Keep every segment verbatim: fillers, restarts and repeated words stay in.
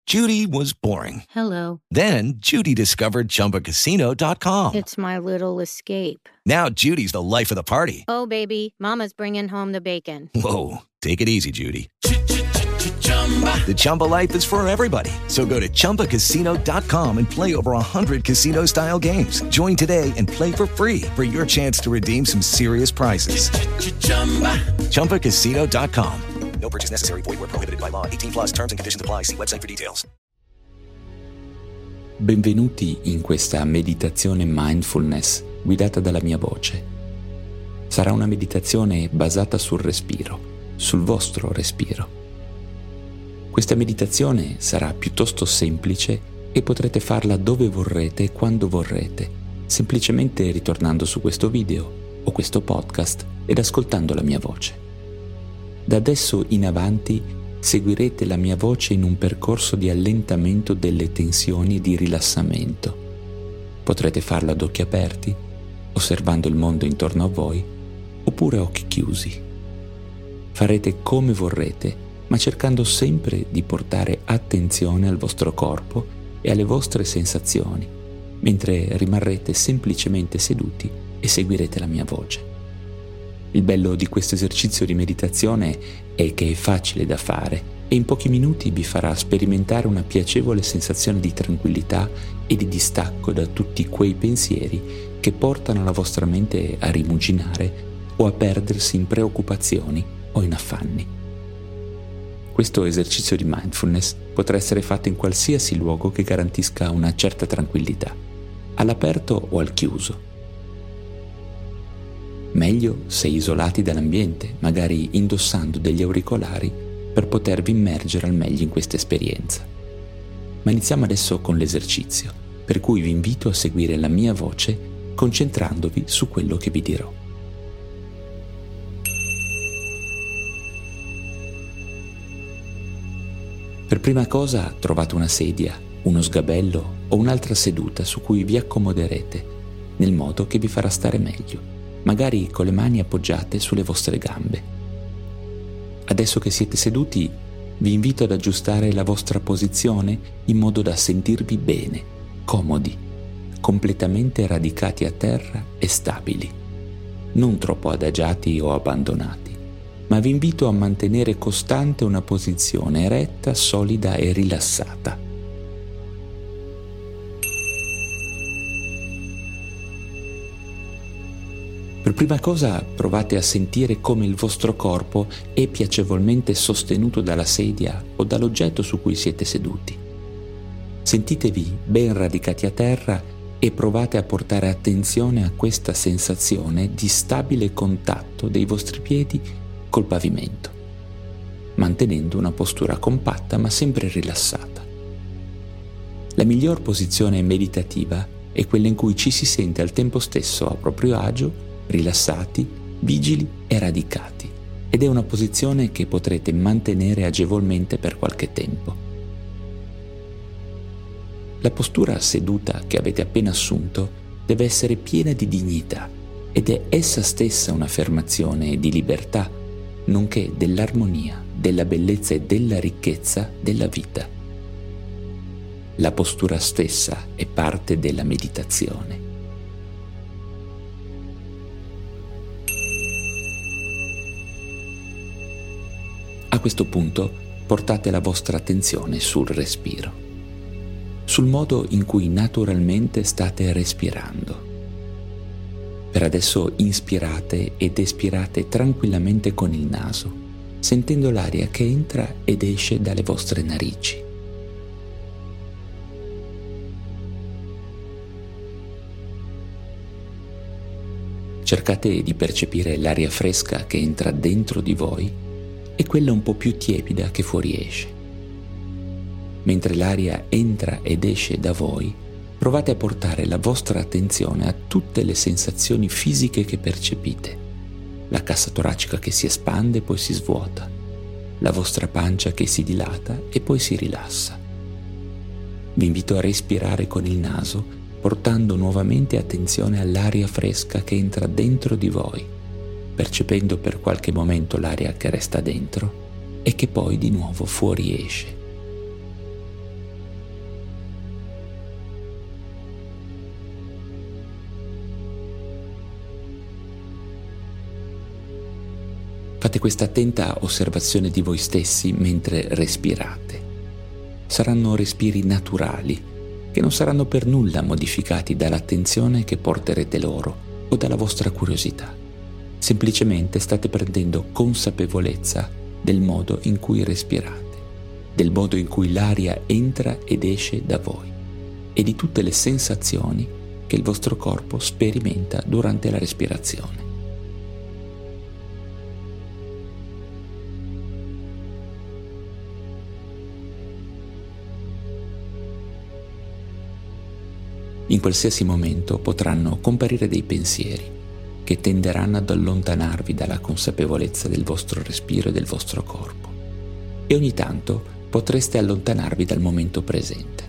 Judy was boring. Hello. Then Judy discovered Chumba Casino dot com. It's my little escape. Now Judy's the life of the party. Oh, baby, mama's bringing home the bacon. Whoa, take it easy, Judy. The Chumba life is for everybody. So go to Chumba Casino dot com and play over one hundred casino-style games. Join today and play for free for your chance to redeem some serious prizes. Chumba Casino dot com. No purchase necessary. Void where prohibited by law. eighteen plus terms and conditions apply. See website for details. Benvenuti in questa meditazione mindfulness guidata dalla mia voce. Sarà una meditazione basata sul respiro, sul vostro respiro. Questa meditazione sarà piuttosto semplice e potrete farla dove vorrete e quando vorrete, semplicemente ritornando su questo video o questo podcast ed ascoltando la mia voce. Da adesso in avanti seguirete la mia voce in un percorso di allentamento delle tensioni e di rilassamento. Potrete farlo ad occhi aperti, osservando il mondo intorno a voi, oppure a occhi chiusi. Farete come vorrete, ma cercando sempre di portare attenzione al vostro corpo e alle vostre sensazioni, mentre rimarrete semplicemente seduti e seguirete la mia voce. Il bello di questo esercizio di meditazione è che è facile da fare e in pochi minuti vi farà sperimentare una piacevole sensazione di tranquillità e di distacco da tutti quei pensieri che portano la vostra mente a rimuginare o a perdersi in preoccupazioni o in affanni. Questo esercizio di mindfulness potrà essere fatto in qualsiasi luogo che garantisca una certa tranquillità, all'aperto o al chiuso. Meglio se isolati dall'ambiente, magari indossando degli auricolari per potervi immergere al meglio in questa esperienza. Ma iniziamo adesso con l'esercizio, per cui vi invito a seguire la mia voce concentrandovi su quello che vi dirò. Per prima cosa trovate una sedia, uno sgabello o un'altra seduta su cui vi accomoderete, nel modo che vi farà stare meglio, magari con le mani appoggiate sulle vostre gambe. Adesso che siete seduti, vi invito ad aggiustare la vostra posizione in modo da sentirvi bene, comodi, completamente radicati a terra e stabili, non troppo adagiati o abbandonati, ma vi invito a mantenere costante una posizione eretta, solida e rilassata. Per prima cosa provate a sentire come il vostro corpo è piacevolmente sostenuto dalla sedia o dall'oggetto su cui siete seduti. Sentitevi ben radicati a terra e provate a portare attenzione a questa sensazione di stabile contatto dei vostri piedi col pavimento, mantenendo una postura compatta ma sempre rilassata. La miglior posizione meditativa è quella in cui ci si sente al tempo stesso a proprio agio, rilassati, vigili e radicati, ed è una posizione che potrete mantenere agevolmente per qualche tempo. La postura seduta che avete appena assunto deve essere piena di dignità ed è essa stessa un'affermazione di libertà, nonché dell'armonia, della bellezza e della ricchezza della vita. La postura stessa è parte della meditazione. A questo punto portate la vostra attenzione sul respiro, sul modo in cui naturalmente state respirando. Per adesso inspirate ed espirate tranquillamente con il naso, sentendo l'aria che entra ed esce dalle vostre narici. Cercate di percepire l'aria fresca che entra dentro di voi e quella un po' più tiepida che fuoriesce. Mentre l'aria entra ed esce da voi, provate a portare la vostra attenzione a tutte le sensazioni fisiche che percepite. La cassa toracica che si espande e poi si svuota, la vostra pancia che si dilata e poi si rilassa. Vi invito a respirare con il naso, portando nuovamente attenzione all'aria fresca che entra dentro di voi, percependo per qualche momento l'aria che resta dentro e che poi di nuovo fuoriesce. Fate questa attenta osservazione di voi stessi mentre respirate. Saranno respiri naturali, che non saranno per nulla modificati dall'attenzione che porterete loro o dalla vostra curiosità. Semplicemente state prendendo consapevolezza del modo in cui respirate, del modo in cui l'aria entra ed esce da voi e di tutte le sensazioni che il vostro corpo sperimenta durante la respirazione. In qualsiasi momento potranno comparire dei pensieri che tenderanno ad allontanarvi dalla consapevolezza del vostro respiro e del vostro corpo, e ogni tanto potreste allontanarvi dal momento presente.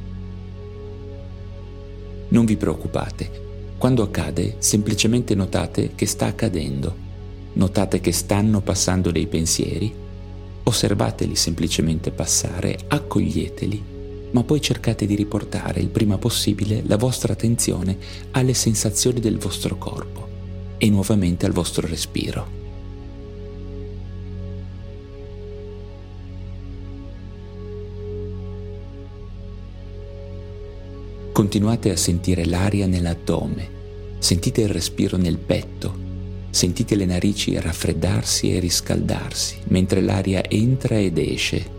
Non vi preoccupate, quando accade semplicemente notate che sta accadendo, notate che stanno passando dei pensieri, osservateli semplicemente passare, accoglieteli, ma poi cercate di riportare il prima possibile la vostra attenzione alle sensazioni del vostro corpo e nuovamente al vostro respiro. Continuate a sentire l'aria nell'addome, sentite il respiro nel petto, sentite le narici raffreddarsi e riscaldarsi mentre l'aria entra ed esce.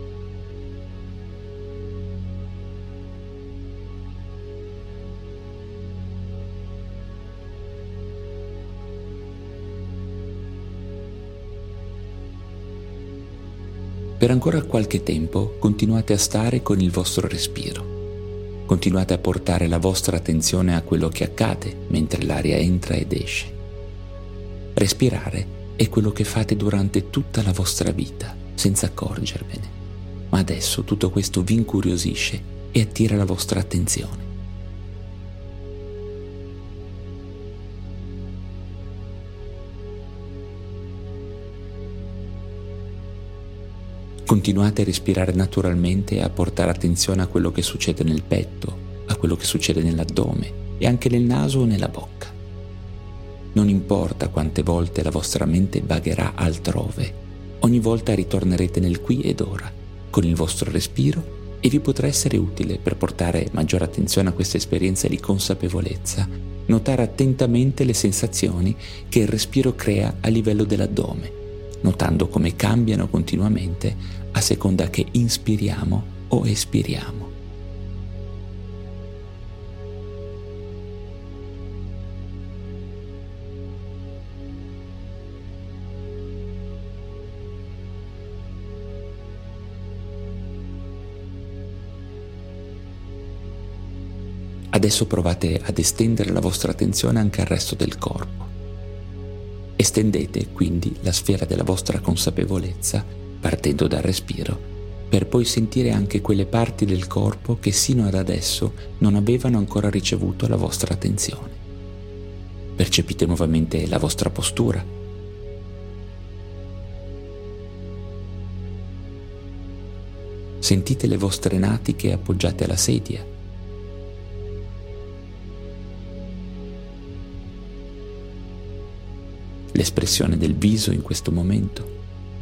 Per ancora qualche tempo continuate a stare con il vostro respiro. Continuate a portare la vostra attenzione a quello che accade mentre l'aria entra ed esce. Respirare è quello che fate durante tutta la vostra vita, senza accorgervene. Ma adesso tutto questo vi incuriosisce e attira la vostra attenzione. Continuate a respirare naturalmente e a portare attenzione a quello che succede nel petto, a quello che succede nell'addome e anche nel naso o nella bocca. Non importa quante volte la vostra mente vagherà altrove, ogni volta ritornerete nel qui ed ora, con il vostro respiro, e vi potrà essere utile per portare maggiore attenzione a questa esperienza di consapevolezza, notare attentamente le sensazioni che il respiro crea a livello dell'addome, notando come cambiano continuamente a seconda che inspiriamo o espiriamo. Adesso provate ad estendere la vostra attenzione anche al resto del corpo. Estendete quindi la sfera della vostra consapevolezza partendo dal respiro, per poi sentire anche quelle parti del corpo che sino ad adesso non avevano ancora ricevuto la vostra attenzione. Percepite nuovamente la vostra postura. Sentite le vostre natiche appoggiate alla sedia. L'espressione del viso in questo momento.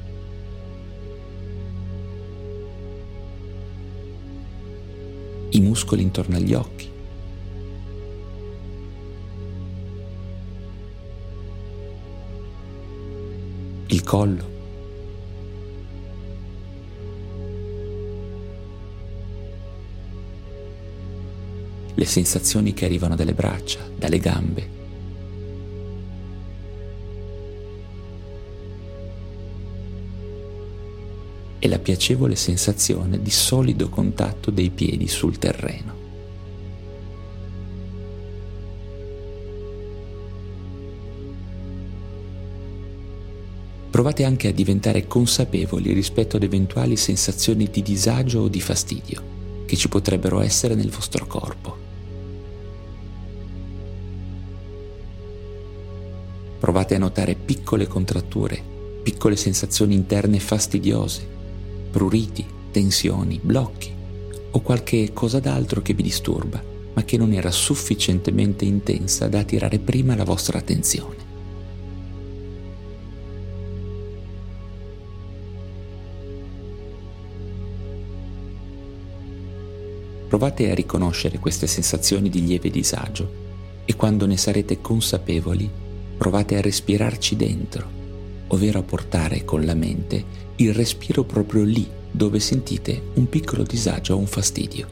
I muscoli intorno agli occhi. Il collo. Le sensazioni che arrivano dalle braccia, dalle gambe. E la piacevole sensazione di solido contatto dei piedi sul terreno. Provate anche a diventare consapevoli rispetto ad eventuali sensazioni di disagio o di fastidio che ci potrebbero essere nel vostro corpo. Provate a notare piccole contratture, piccole sensazioni interne fastidiose, pruriti, tensioni, blocchi o qualche cosa d'altro che vi disturba, ma che non era sufficientemente intensa da attirare prima la vostra attenzione. Provate a riconoscere queste sensazioni di lieve disagio e quando ne sarete consapevoli, provate a respirarci dentro, ovvero a portare con la mente il respiro proprio lì dove sentite un piccolo disagio o un fastidio.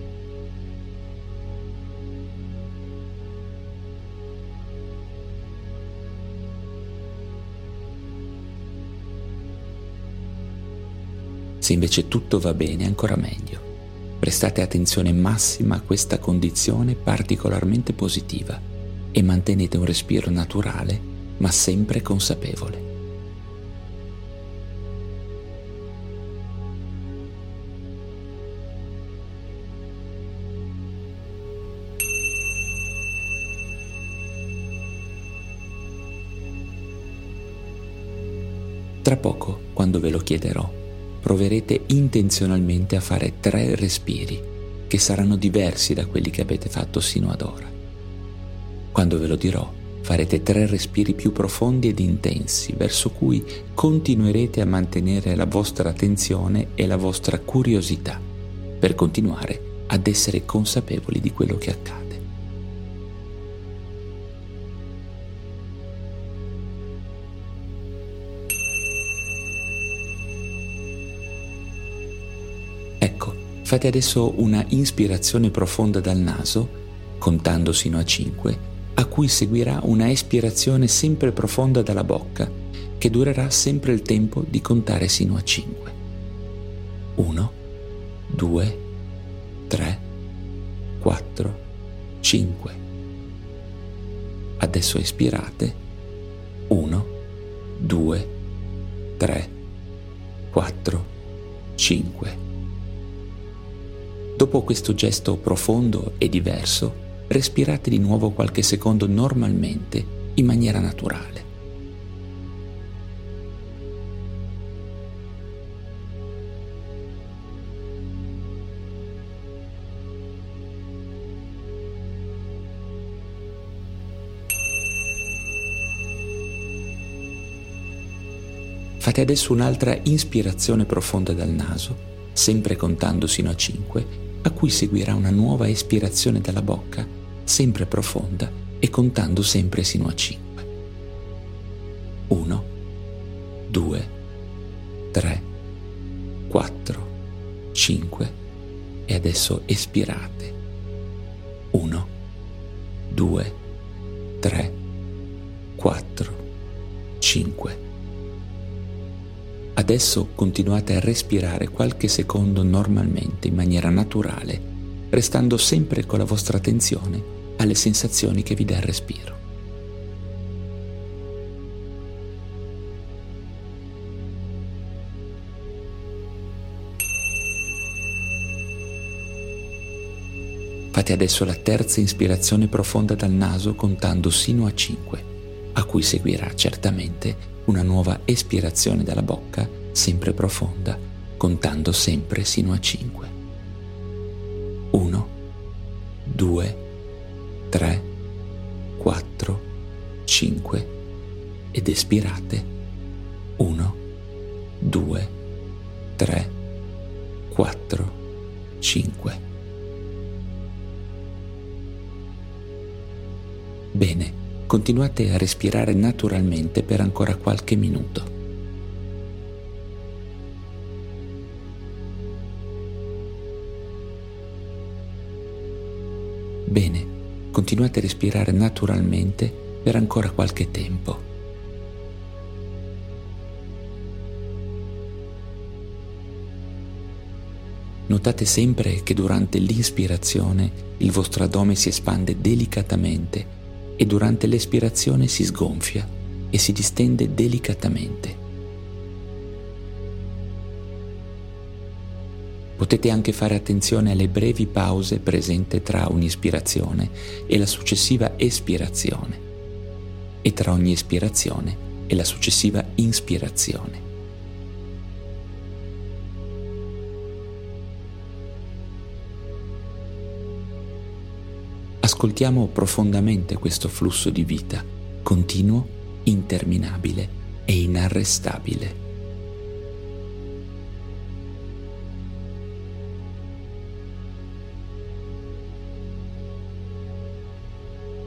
Se invece tutto va bene, ancora meglio. Prestate attenzione massima a questa condizione particolarmente positiva e mantenete un respiro naturale, ma sempre consapevole. Tra poco, quando ve lo chiederò, proverete intenzionalmente a fare tre respiri che saranno diversi da quelli che avete fatto sino ad ora. Quando ve lo dirò, farete tre respiri più profondi ed intensi verso cui continuerete a mantenere la vostra attenzione e la vostra curiosità per continuare ad essere consapevoli di quello che accade. Ecco, fate adesso una ispirazione profonda dal naso, contando sino a cinque, a cui seguirà una espirazione sempre profonda dalla bocca, che durerà sempre il tempo di contare sino a cinque. uno, due, tre, quattro, cinque. Adesso espirate. uno, due, tre, quattro, cinque. Dopo questo gesto profondo e diverso, respirate di nuovo qualche secondo normalmente, in maniera naturale. Fate adesso un'altra ispirazione profonda dal naso, sempre contando sino a cinque, a cui seguirà una nuova espirazione dalla bocca, sempre profonda e contando sempre sino a cinque. uno, due, tre, quattro, cinque e adesso espirate. uno, due, tre, quattro, cinque. Adesso continuate a respirare qualche secondo normalmente in maniera naturale, restando sempre con la vostra attenzione alle sensazioni che vi dà il respiro. Fate adesso la terza ispirazione profonda dal naso contando sino a cinque, a cui seguirà certamente una nuova espirazione dalla bocca, sempre profonda, contando sempre sino a cinque. uno, due, tre, quattro, cinque ed espirate. uno, due, tre, quattro, cinque. Bene. Continuate a respirare naturalmente per ancora qualche minuto. Bene, continuate a respirare naturalmente per ancora qualche tempo. Notate sempre che durante l'inspirazione il vostro addome si espande delicatamente e durante l'espirazione si sgonfia e si distende delicatamente. Potete anche fare attenzione alle brevi pause presenti tra un'ispirazione e la successiva espirazione, e tra ogni espirazione e la successiva inspirazione. Ascoltiamo profondamente questo flusso di vita, continuo, interminabile e inarrestabile.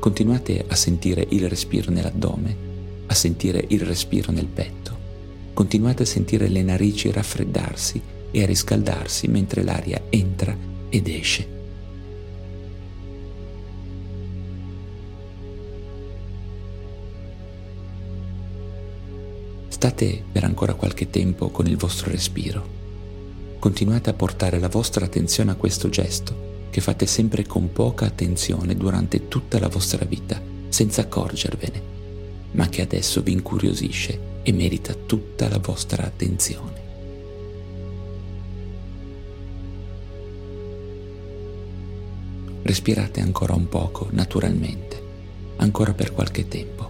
Continuate a sentire il respiro nell'addome, a sentire il respiro nel petto. Continuate a sentire le narici raffreddarsi e a riscaldarsi mentre l'aria entra ed esce. State per ancora qualche tempo con il vostro respiro. Continuate a portare la vostra attenzione a questo gesto che fate sempre con poca attenzione durante tutta la vostra vita, senza accorgervene, ma che adesso vi incuriosisce e merita tutta la vostra attenzione. Respirate ancora un poco, naturalmente, ancora per qualche tempo.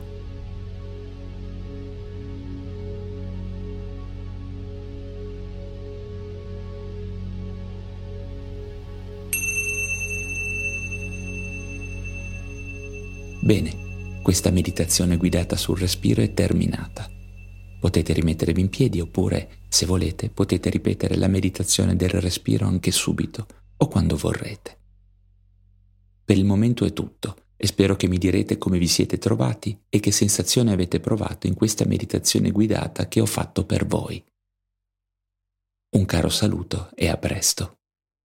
Bene, questa meditazione guidata sul respiro è terminata. Potete rimettervi in piedi oppure, se volete, potete ripetere la meditazione del respiro anche subito o quando vorrete. Per il momento è tutto e spero che mi direte come vi siete trovati e che sensazione avete provato in questa meditazione guidata che ho fatto per voi. Un caro saluto e a presto.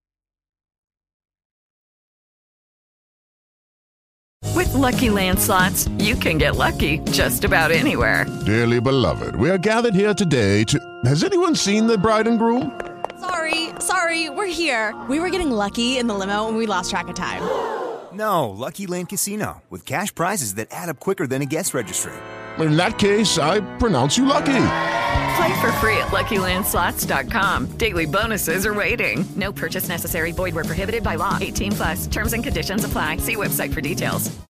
With Lucky Land Slots, you can get lucky just about anywhere. Dearly beloved, we are gathered here today to... Has anyone seen the bride and groom? Sorry, sorry, we're here. We were getting lucky in the limo and we lost track of time. No, Lucky Land Casino, with cash prizes that add up quicker than a guest registry. In that case, I pronounce you lucky. Play for free at Lucky Land Slots dot com. Daily bonuses are waiting. No purchase necessary. Void where prohibited by law. eighteen plus. Terms and conditions apply. See website for details.